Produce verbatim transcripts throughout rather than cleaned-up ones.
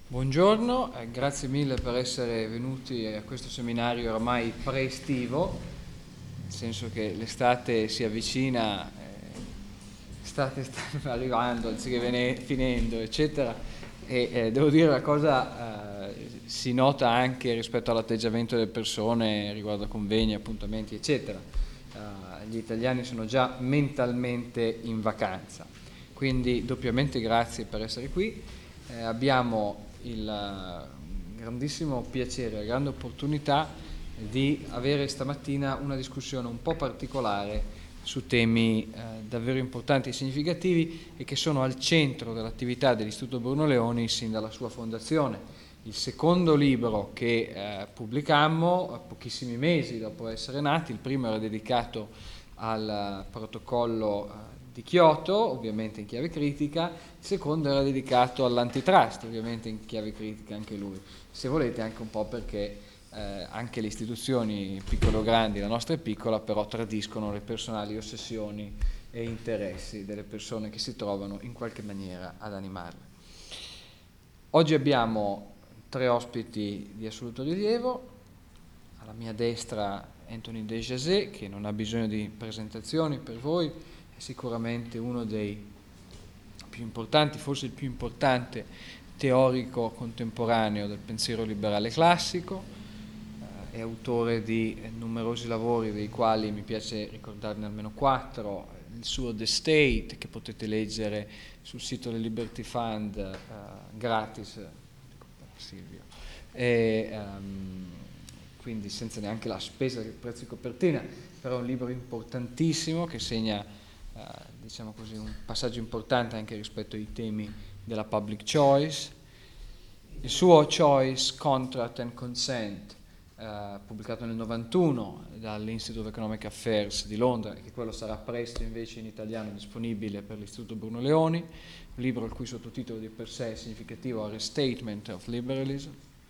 Buongiorno, eh, grazie mille per essere venuti a questo seminario oramai pre-estivo, nel senso che l'estate si avvicina, eh, l'estate sta arrivando anziché vene- finendo, eccetera, e eh, devo dire la cosa eh, si nota anche rispetto all'atteggiamento delle persone riguardo a convegni, appuntamenti, eccetera. Eh, gli italiani sono già mentalmente in vacanza, quindi doppiamente grazie per essere qui. Eh, abbiamo il eh, grandissimo piacere, la grande opportunità di avere stamattina una discussione un po' particolare su temi eh, davvero importanti e significativi e che sono al centro dell'attività dell'Istituto Bruno Leoni sin dalla sua fondazione. Il secondo libro che eh, pubblicammo pochissimi mesi dopo essere nati, il primo era dedicato al protocollo eh, di Kyoto, ovviamente in chiave critica, il secondo era dedicato all'antitrust, ovviamente in chiave critica anche lui, se volete anche un po' perché eh, anche le istituzioni piccole o grandi, la nostra è piccola, però tradiscono le personali ossessioni e interessi delle persone che si trovano in qualche maniera ad animarle. Oggi abbiamo tre ospiti di assoluto rilievo. Alla mia destra Anthony De Jasay, che non ha bisogno di presentazioni per voi, è sicuramente uno dei più importanti, forse il più importante teorico contemporaneo del pensiero liberale classico, eh, è autore di numerosi lavori, dei quali mi piace ricordarne almeno quattro, il suo The State, che potete leggere sul sito del Liberty Fund eh, gratis, Silvio, e, um, quindi senza neanche la spesa del prezzo di copertina, però è un libro importantissimo che segna eh, diciamo così, un passaggio importante anche rispetto ai temi della public choice. Il suo Choice, Contract and Consent, eh, pubblicato nel novantuno dall'Institute of Economic Affairs di Londra, e che quello sarà presto invece in italiano disponibile per l'Istituto Bruno Leoni, un libro il cui sottotitolo di per sé è significativo, A Restatement of Liberalism.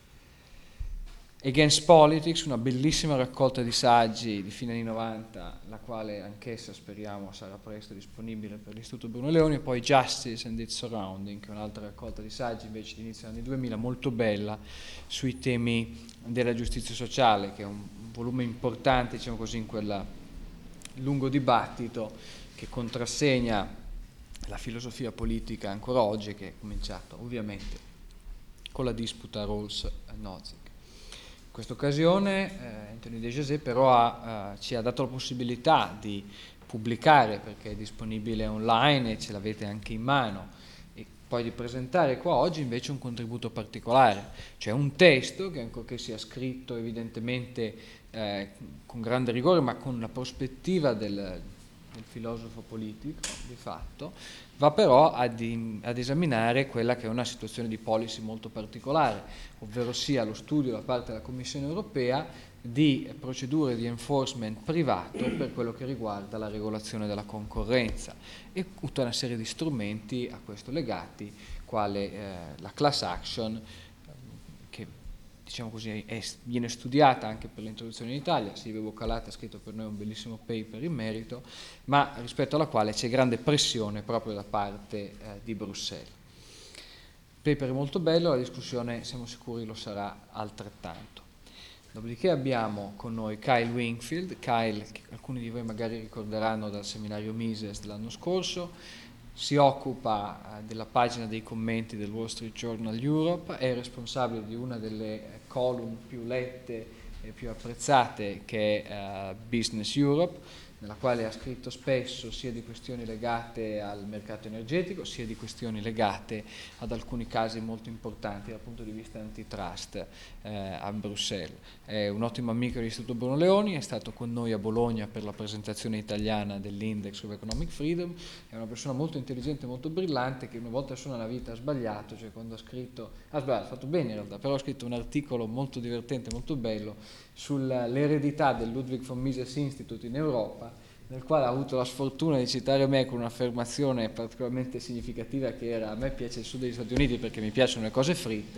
Against Politics, una bellissima raccolta di saggi di fine anni novanta, la quale anch'essa speriamo sarà presto disponibile per l'Istituto Bruno Leoni, e poi Justice and its Surrounding, che è un'altra raccolta di saggi invece di inizio anni duemila, molto bella, sui temi della giustizia sociale, che è un volume importante, diciamo così, in quel lungo dibattito che contrassegna la filosofia politica ancora oggi, che è cominciato ovviamente con la disputa Rawls-Nozick. In questa occasione eh, Anthony De Jasay però ha, eh, ci ha dato la possibilità di pubblicare, perché è disponibile online e ce l'avete anche in mano, e poi di presentare qua oggi invece un contributo particolare, cioè un testo che, ancorché sia scritto evidentemente eh, con grande rigore, ma con la prospettiva del, del filosofo politico di fatto, va però ad, in, ad esaminare quella che è una situazione di policy molto particolare, ovvero sia lo studio da parte della Commissione europea di procedure di enforcement privato per quello che riguarda la regolazione della concorrenza e tutta una serie di strumenti a questo legati, quale eh, la class action, che diciamo così è, viene studiata anche per l'introduzione in Italia. Silvio Boccalata ha scritto per noi un bellissimo paper in merito, ma rispetto alla quale c'è grande pressione proprio da parte eh, di Bruxelles. Il paper è molto bello, la discussione siamo sicuri lo sarà altrettanto. Dopodiché abbiamo con noi Kyle Wingfield, Kyle che alcuni di voi magari ricorderanno dal seminario Mises dell'anno scorso, si occupa eh, della pagina dei commenti del Wall Street Journal Europe, è responsabile di una delle column più lette e più apprezzate che è uh, Business Europe, nella quale ha scritto spesso sia di questioni legate al mercato energetico, sia di questioni legate ad alcuni casi molto importanti dal punto di vista antitrust eh, a Bruxelles. È un ottimo amico dell'Istituto Bruno Leoni, è stato con noi a Bologna per la presentazione italiana dell'Index of Economic Freedom, è una persona molto intelligente, molto brillante, che una volta sola nella vita ha sbagliato, cioè quando ha scritto, ha sbagliato, ha fatto bene in realtà, però ha scritto un articolo molto divertente, molto bello, sull'eredità del Ludwig von Mises Institute in Europa, nel quale ha avuto la sfortuna di citare me con un'affermazione particolarmente significativa, che era: a me piace il sud degli Stati Uniti perché mi piacciono le cose fritte,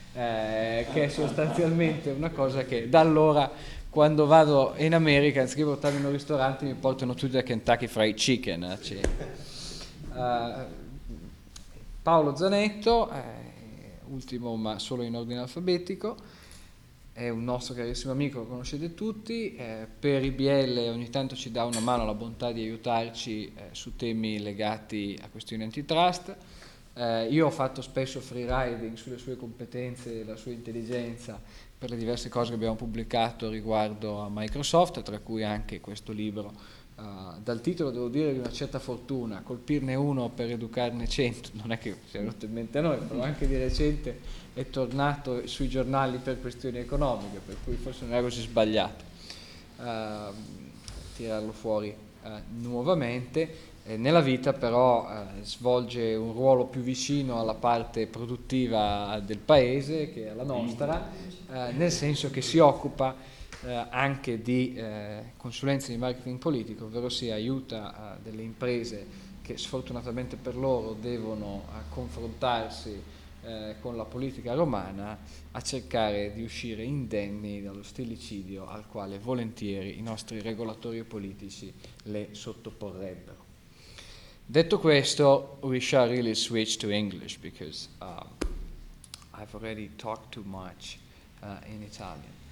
eh, che è sostanzialmente una cosa che da allora, quando vado in America, anziché portarmi in un ristorante, mi portano tutti a Kentucky Fried Chicken a cena. Uh, Paolo Zanetto, eh, ultimo ma solo in ordine alfabetico. È un nostro carissimo amico, lo conoscete tutti, eh, per I B L ogni tanto ci dà una mano, la bontà di aiutarci eh, su temi legati a questioni antitrust. Eh, io ho fatto spesso free riding sulle sue competenze e la sua intelligenza per le diverse cose che abbiamo pubblicato riguardo a Microsoft, tra cui anche questo libro. Uh, dal titolo devo dire di una certa fortuna, colpirne uno per educarne cento, non è che sia venuto in mente a noi, però anche di recente è tornato sui giornali per questioni economiche, per cui forse non è così sbagliato uh, tirarlo fuori uh, nuovamente. Eh, nella vita però uh, svolge un ruolo più vicino alla parte produttiva del paese che alla nostra, uh, nel senso che si occupa Eh, anche di eh, consulenza di marketing politico, ovvero si aiuta eh, delle imprese che sfortunatamente per loro devono eh, confrontarsi eh, con la politica romana a cercare di uscire indenni dallo stillicidio al quale volentieri i nostri regolatori politici le sottoporrebbero. Detto questo, we shall really switch to English because uh, I've already talked too much uh, in Italian.